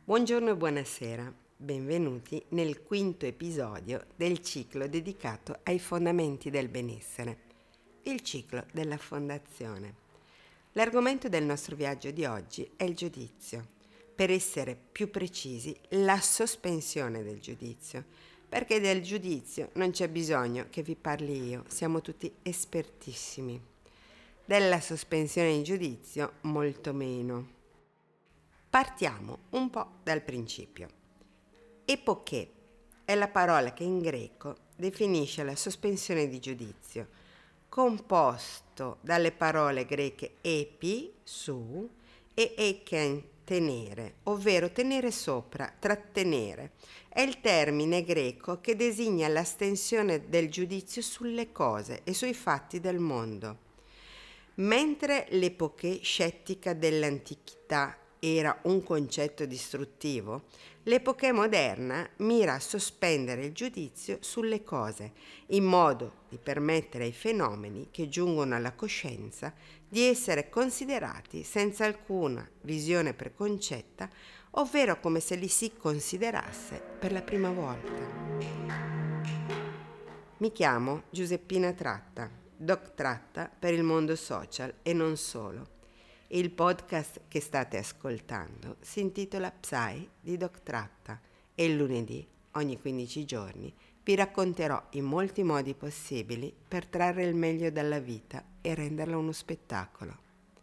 Buongiorno e buonasera, benvenuti nel quinto episodio del ciclo dedicato ai fondamenti del benessere, il ciclo della fondazione. L'argomento del nostro viaggio di oggi è il giudizio, per essere più precisi la sospensione del giudizio, perché del giudizio non c'è bisogno che vi parli io, siamo tutti espertissimi. Della sospensione in giudizio molto meno. Partiamo un po' dal principio. Epoché è la parola che in greco definisce la sospensione di giudizio, composto dalle parole greche epi, su, e eiken, tenere, ovvero tenere sopra, trattenere. È il termine greco che designa l'astensione del giudizio sulle cose e sui fatti del mondo. Mentre l'epoché scettica dell'antichità era un concetto distruttivo, l'epoché moderna mira a sospendere il giudizio sulle cose, in modo di permettere ai fenomeni che giungono alla coscienza di essere considerati senza alcuna visione preconcetta, ovvero come se li si considerasse per la prima volta. Mi chiamo Giuseppina Tratta, Doc Tratta per il mondo social e non solo. Il podcast che state ascoltando si intitola Psy di Doc Tratta e il lunedì, ogni 15 giorni, vi racconterò in molti modi possibili per trarre il meglio dalla vita e renderla uno spettacolo.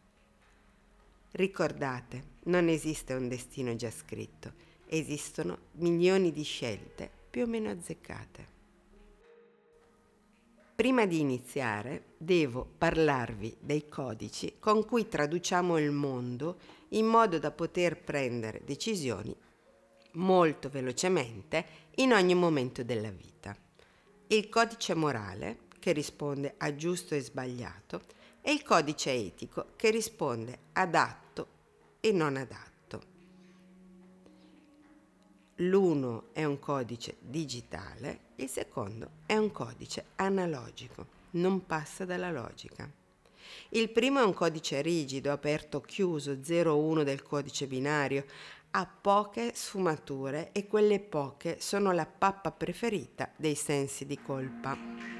Ricordate, non esiste un destino già scritto, esistono milioni di scelte più o meno azzeccate. Prima di iniziare, devo parlarvi dei codici con cui traduciamo il mondo in modo da poter prendere decisioni molto velocemente in ogni momento della vita. Il codice morale, che risponde a giusto e sbagliato, e il codice etico, che risponde adatto e non adatto. L'uno è un codice digitale, il secondo è un codice analogico, non passa dalla logica. Il primo è un codice rigido, aperto, chiuso, 0-1 del codice binario, ha poche sfumature e quelle poche sono la pappa preferita dei sensi di colpa.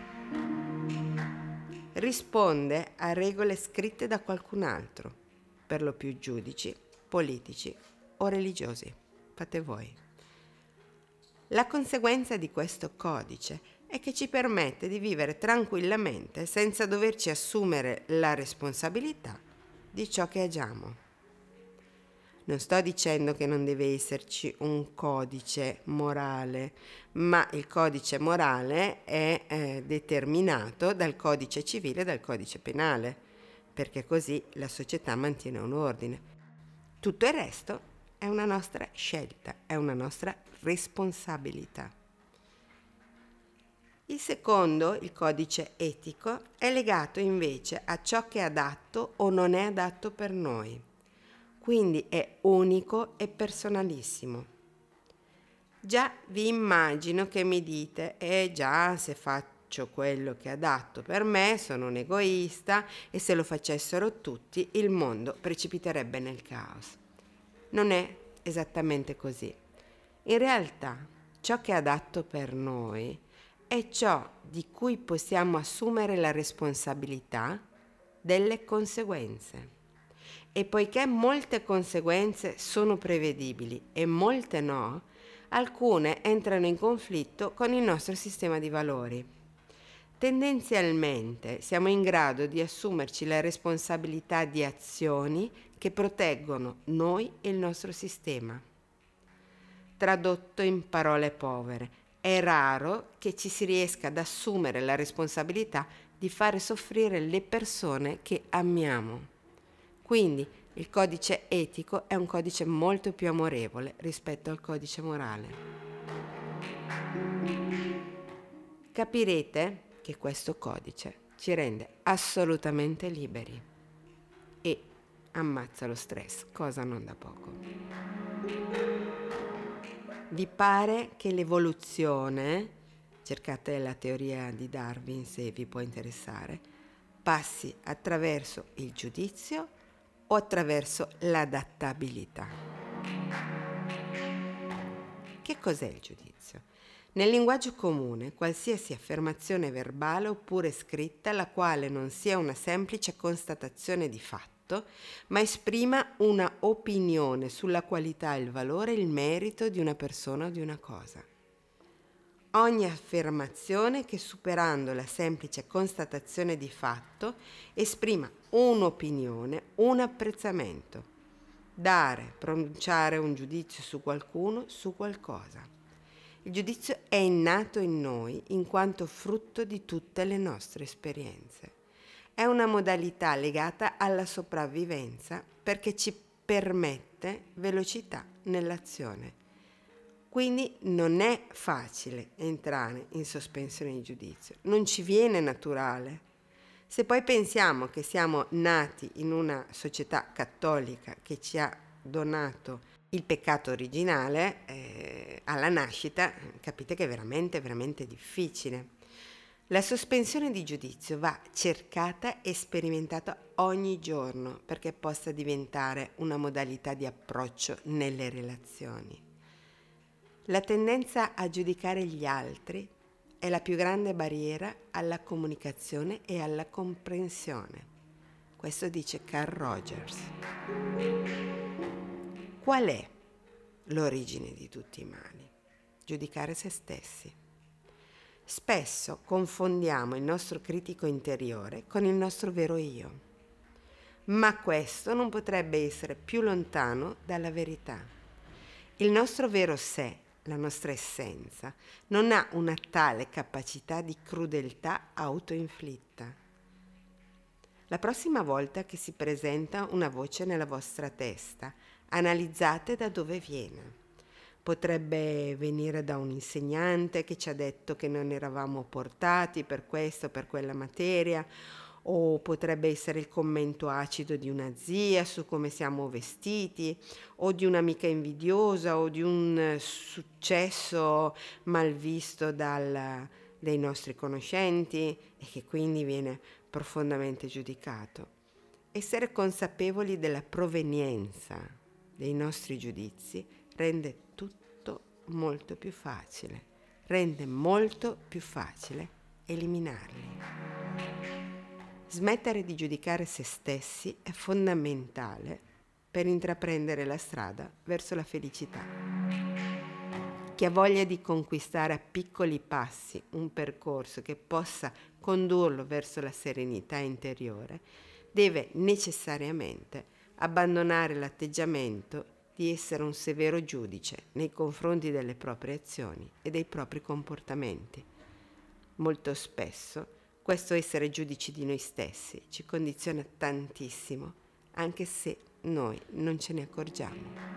Risponde a regole scritte da qualcun altro, per lo più giudici, politici o religiosi. Fate voi. La conseguenza di questo codice è che ci permette di vivere tranquillamente senza doverci assumere la responsabilità di ciò che agiamo. Non sto dicendo che non deve esserci un codice morale, ma il codice morale è determinato dal codice civile e dal codice penale, perché così la società mantiene un ordine. Tutto il resto è una nostra scelta, è una nostra responsabilità. Il secondo, il codice etico, è legato invece a ciò che è adatto o non è adatto per noi. Quindi è unico e personalissimo. Già vi immagino che mi dite, già se faccio quello che è adatto per me sono un egoista e se lo facessero tutti il mondo precipiterebbe nel caos. Non è esattamente così. In realtà, ciò che è adatto per noi è ciò di cui possiamo assumere la responsabilità delle conseguenze. E poiché molte conseguenze sono prevedibili e molte no, alcune entrano in conflitto con il nostro sistema di valori. Tendenzialmente siamo in grado di assumerci la responsabilità di azioni che proteggono noi e il nostro sistema. Tradotto in parole povere, è raro che ci si riesca ad assumere la responsabilità di fare soffrire le persone che amiamo. Quindi il codice etico è un codice molto più amorevole rispetto al codice morale. Capirete che questo codice ci rende assolutamente liberi e ammazza lo stress, cosa non da poco. Vi pare che l'evoluzione, cercate la teoria di Darwin se vi può interessare, passi attraverso il giudizio o attraverso l'adattabilità? Che cos'è il giudizio? Nel linguaggio comune, qualsiasi affermazione verbale oppure scritta, la quale non sia una semplice constatazione di fatto, ma esprima una opinione sulla qualità, il valore e il merito di una persona o di una cosa. Ogni affermazione che, superando la semplice constatazione di fatto, esprima un'opinione, un apprezzamento. Dare, pronunciare un giudizio su qualcuno, su qualcosa. Il giudizio è innato in noi in quanto frutto di tutte le nostre esperienze. È una modalità legata alla sopravvivenza perché ci permette velocità nell'azione. Quindi non è facile entrare in sospensione di giudizio, non ci viene naturale. Se poi pensiamo che siamo nati in una società cattolica che ci ha donato il peccato originale alla nascita, capite che è veramente, veramente difficile. La sospensione di giudizio va cercata e sperimentata ogni giorno perché possa diventare una modalità di approccio nelle relazioni. La tendenza a giudicare gli altri è la più grande barriera alla comunicazione e alla comprensione. Questo dice Carl Rogers. Qual è l'origine di tutti i mali? Giudicare se stessi. Spesso confondiamo il nostro critico interiore con il nostro vero io, ma questo non potrebbe essere più lontano dalla verità. Il nostro vero sé, la nostra essenza, non ha una tale capacità di crudeltà autoinflitta. La prossima volta che si presenta una voce nella vostra testa, analizzate da dove viene. Potrebbe venire da un insegnante che ci ha detto che non eravamo portati per questo o per quella materia, o potrebbe essere il commento acido di una zia su come siamo vestiti, o di un'amica invidiosa, o di un successo mal visto dai nostri conoscenti e che quindi viene profondamente giudicato. Essere consapevoli della provenienza dei nostri giudizi rende tutto molto più facile, rende molto più facile eliminarli. Smettere di giudicare se stessi è fondamentale per intraprendere la strada verso la felicità. Chi ha voglia di conquistare a piccoli passi un percorso che possa condurlo verso la serenità interiore, deve necessariamente abbandonare l'atteggiamento di essere un severo giudice nei confronti delle proprie azioni e dei propri comportamenti. Molto spesso questo essere giudici di noi stessi ci condiziona tantissimo, anche se noi non ce ne accorgiamo.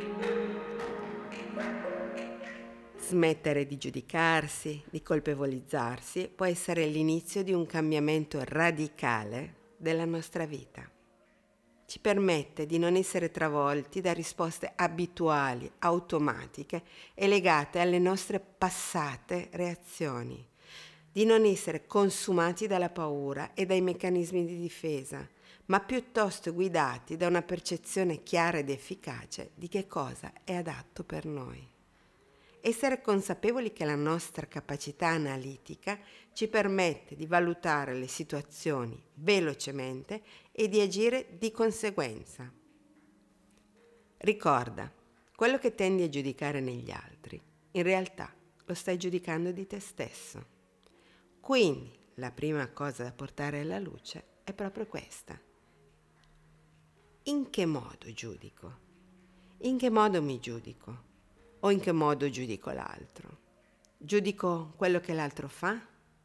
Smettere di giudicarsi, di colpevolizzarsi, può essere l'inizio di un cambiamento radicale della nostra vita. Ci permette di non essere travolti da risposte abituali, automatiche e legate alle nostre passate reazioni, di non essere consumati dalla paura e dai meccanismi di difesa, ma piuttosto guidati da una percezione chiara ed efficace di che cosa è adatto per noi. Essere consapevoli che la nostra capacità analitica ci permette di valutare le situazioni velocemente e di agire di conseguenza. Ricorda, quello che tendi a giudicare negli altri, in realtà lo stai giudicando di te stesso. Quindi la prima cosa da portare alla luce è proprio questa. In che modo giudico? In che modo mi giudico? O in che modo giudico l'altro? Giudico quello che l'altro fa?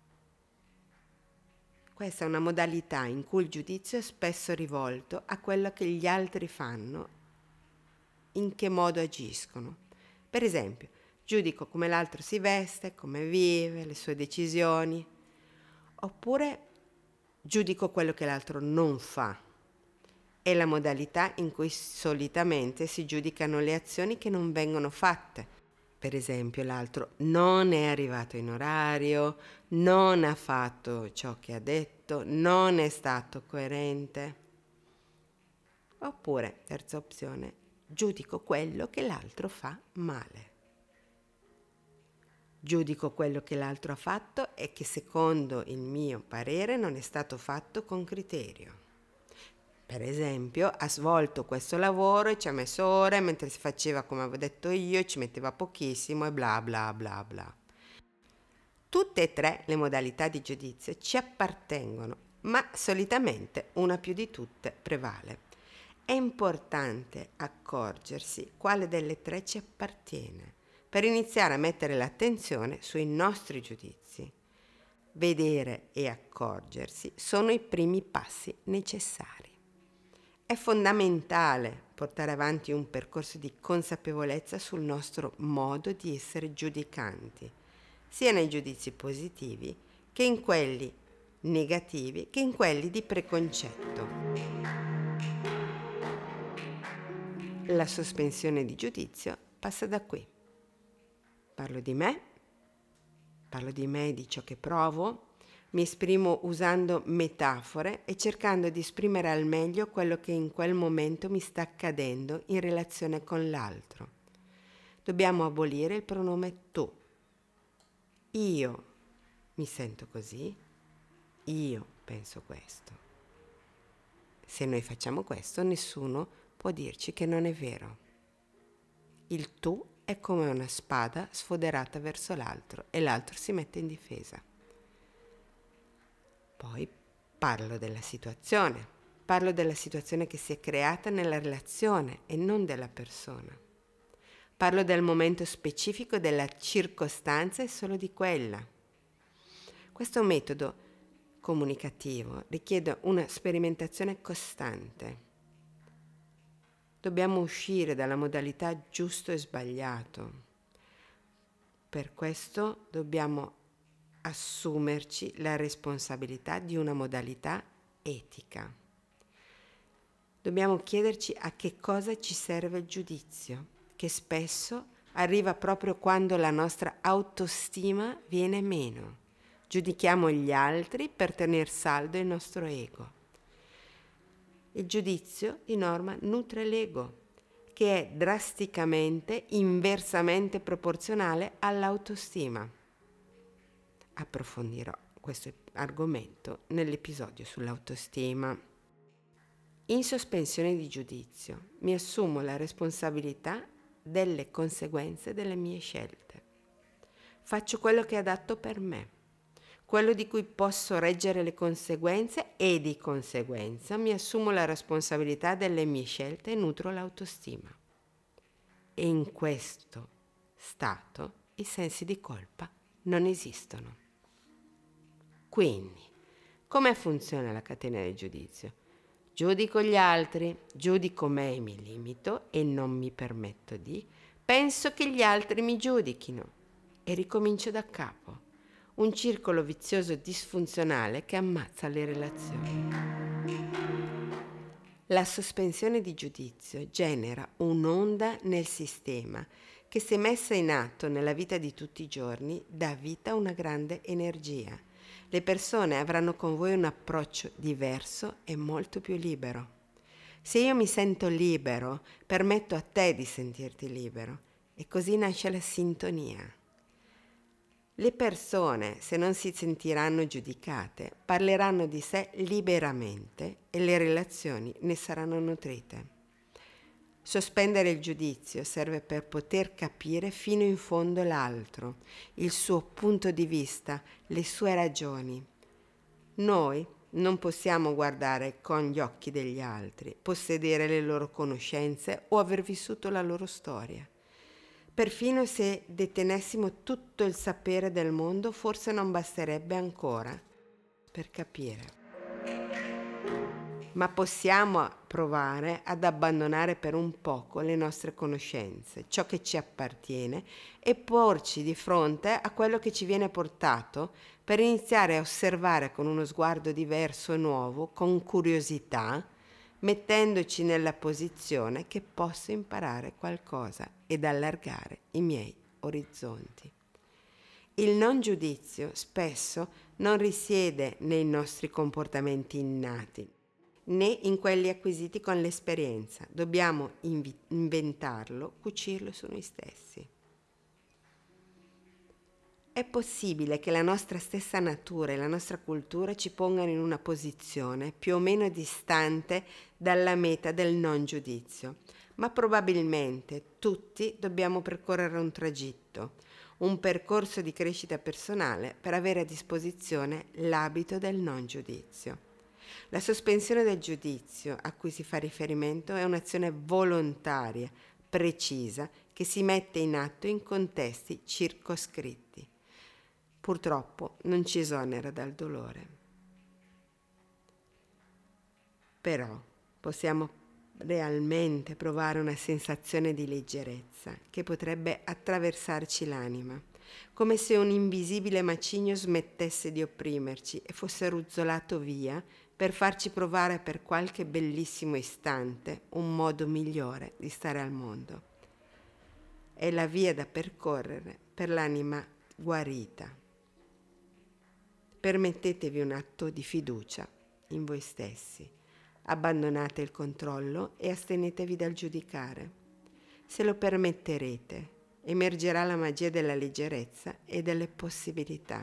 Questa è una modalità in cui il giudizio è spesso rivolto a quello che gli altri fanno, in che modo agiscono. Per esempio, giudico come l'altro si veste, come vive, le sue decisioni, oppure giudico quello che l'altro non fa. È la modalità in cui solitamente si giudicano le azioni che non vengono fatte. Per esempio, l'altro non è arrivato in orario, non ha fatto ciò che ha detto, non è stato coerente. Oppure, terza opzione, giudico quello che l'altro fa male. Giudico quello che l'altro ha fatto e che secondo il mio parere non è stato fatto con criterio. Per esempio, ha svolto questo lavoro e ci ha messo ore, mentre si faceva come avevo detto io, ci metteva pochissimo e bla bla bla bla. Tutte e tre le modalità di giudizio ci appartengono, ma solitamente una più di tutte prevale. È importante accorgersi quale delle tre ci appartiene per iniziare a mettere l'attenzione sui nostri giudizi. Vedere e accorgersi sono i primi passi necessari. È fondamentale portare avanti un percorso di consapevolezza sul nostro modo di essere giudicanti, sia nei giudizi positivi che in quelli negativi che in quelli di preconcetto. La sospensione di giudizio passa da qui. Parlo di me e di ciò che provo, mi esprimo usando metafore e cercando di esprimere al meglio quello che in quel momento mi sta accadendo in relazione con l'altro. Dobbiamo abolire il pronome tu. Io mi sento così, io penso questo. Se noi facciamo questo, nessuno può dirci che non è vero. Il tu è come una spada sfoderata verso l'altro e l'altro si mette in difesa. Poi parlo della situazione che si è creata nella relazione e non della persona. Parlo del momento specifico della circostanza e solo di quella. Questo metodo comunicativo richiede una sperimentazione costante. Dobbiamo uscire dalla modalità giusto e sbagliato. Per questo dobbiamo assumerci la responsabilità di una modalità etica. Dobbiamo chiederci a che cosa ci serve il giudizio, che spesso arriva proprio quando la nostra autostima viene meno. Giudichiamo gli altri per tener saldo il nostro ego. Il giudizio di norma nutre l'ego, che è drasticamente, inversamente proporzionale all'autostima. Approfondirò questo argomento nell'episodio sull'autostima. In sospensione di giudizio mi assumo la responsabilità delle conseguenze delle mie scelte. Faccio quello che è adatto per me, quello di cui posso reggere le conseguenze e di conseguenza mi assumo la responsabilità delle mie scelte e nutro l'autostima. E in questo stato i sensi di colpa non esistono. Quindi, come funziona la catena del giudizio? Giudico gli altri, giudico me e mi limito e non mi permetto di, penso che gli altri mi giudichino e ricomincio da capo. Un circolo vizioso disfunzionale che ammazza le relazioni. La sospensione di giudizio genera un'onda nel sistema che, se messa in atto nella vita di tutti i giorni, dà vita a una grande energia. Le persone avranno con voi un approccio diverso e molto più libero. Se io mi sento libero, permetto a te di sentirti libero e così nasce la sintonia. Le persone, se non si sentiranno giudicate, parleranno di sé liberamente e le relazioni ne saranno nutrite. Sospendere il giudizio serve per poter capire fino in fondo l'altro, il suo punto di vista, le sue ragioni. Noi non possiamo guardare con gli occhi degli altri, possedere le loro conoscenze o aver vissuto la loro storia. Perfino se detenessimo tutto il sapere del mondo, forse non basterebbe ancora per capire. Ma possiamo provare ad abbandonare per un poco le nostre conoscenze, ciò che ci appartiene, e porci di fronte a quello che ci viene portato per iniziare a osservare con uno sguardo diverso e nuovo, con curiosità, mettendoci nella posizione che posso imparare qualcosa ed allargare i miei orizzonti. Il non giudizio spesso non risiede nei nostri comportamenti innati, né in quelli acquisiti con l'esperienza. Dobbiamo inventarlo, cucirlo su noi stessi. È possibile che la nostra stessa natura e la nostra cultura ci pongano in una posizione più o meno distante dalla meta del non giudizio, ma probabilmente tutti dobbiamo percorrere un tragitto, un percorso di crescita personale per avere a disposizione l'abito del non giudizio. La sospensione del giudizio a cui si fa riferimento è un'azione volontaria, precisa, che si mette in atto in contesti circoscritti. Purtroppo non ci esonera dal dolore. Però possiamo realmente provare una sensazione di leggerezza che potrebbe attraversarci l'anima, come se un invisibile macigno smettesse di opprimerci e fosse ruzzolato via per farci provare per qualche bellissimo istante un modo migliore di stare al mondo. È la via da percorrere per l'anima guarita. Permettetevi un atto di fiducia in voi stessi. Abbandonate il controllo e astenetevi dal giudicare. Se lo permetterete, emergerà la magia della leggerezza e delle possibilità.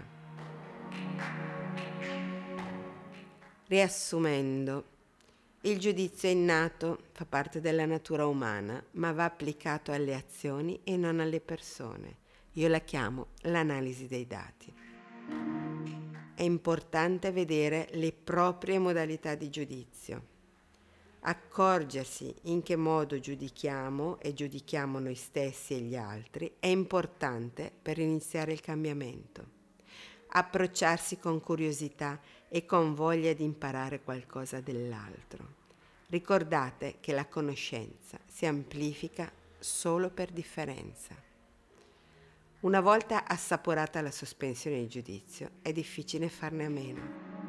Riassumendo, il giudizio è innato, fa parte della natura umana, ma va applicato alle azioni e non alle persone. Io la chiamo l'analisi dei dati. È importante vedere le proprie modalità di giudizio, accorgersi in che modo giudichiamo e giudichiamo noi stessi e gli altri è importante per iniziare il cambiamento. Approcciarsi con curiosità e con voglia di imparare qualcosa dell'altro. Ricordate che la conoscenza si amplifica solo per differenza. Una volta assaporata la sospensione di giudizio, è difficile farne a meno.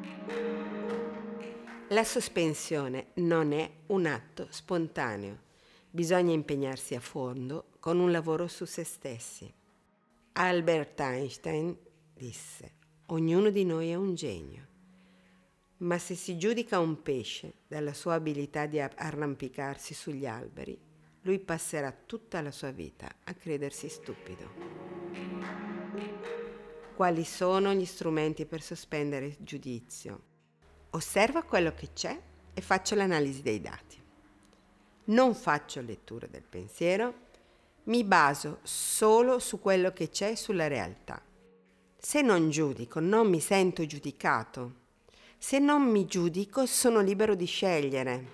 La sospensione non è un atto spontaneo. Bisogna impegnarsi a fondo con un lavoro su se stessi. Albert Einstein disse: ognuno di noi è un genio. Ma se si giudica un pesce dalla sua abilità di arrampicarsi sugli alberi, lui passerà tutta la sua vita a credersi stupido. Quali sono gli strumenti per sospendere il giudizio? Osserva quello che c'è e faccio l'analisi dei dati. Non faccio lettura del pensiero, mi baso solo su quello che c'è sulla realtà. Se non giudico, non mi sento giudicato. Se non mi giudico, sono libero di scegliere.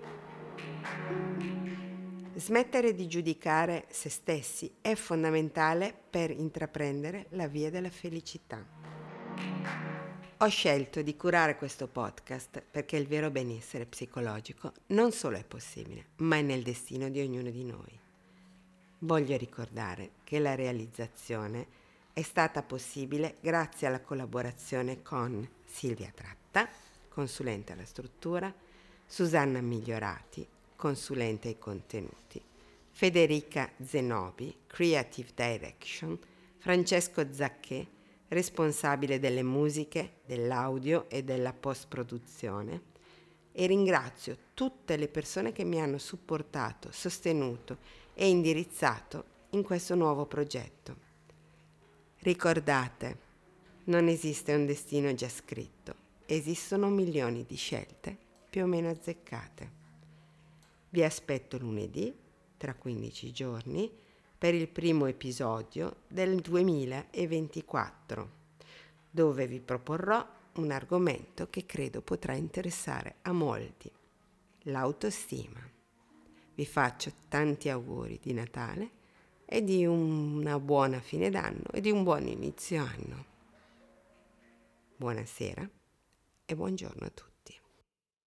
Smettere di giudicare se stessi è fondamentale per intraprendere la via della felicità. Ho scelto di curare questo podcast perché il vero benessere psicologico non solo è possibile, ma è nel destino di ognuno di noi. Voglio ricordare che la realizzazione è stata possibile grazie alla collaborazione con Silvia Tratta, consulente alla struttura, Susanna Migliorati, consulente ai contenuti, Federica Zenobi, Creative Direction, Francesco Zacchè, responsabile delle musiche, dell'audio e della post-produzione, e ringrazio tutte le persone che mi hanno supportato, sostenuto e indirizzato in questo nuovo progetto. Ricordate, non esiste un destino già scritto, esistono milioni di scelte più o meno azzeccate. Vi aspetto lunedì, tra 15 giorni, per il primo episodio del 2024, dove vi proporrò un argomento che credo potrà interessare a molti, l'autostima. Vi faccio tanti auguri di Natale e di una buona fine d'anno e di un buon inizio anno. Buonasera e buongiorno a tutti.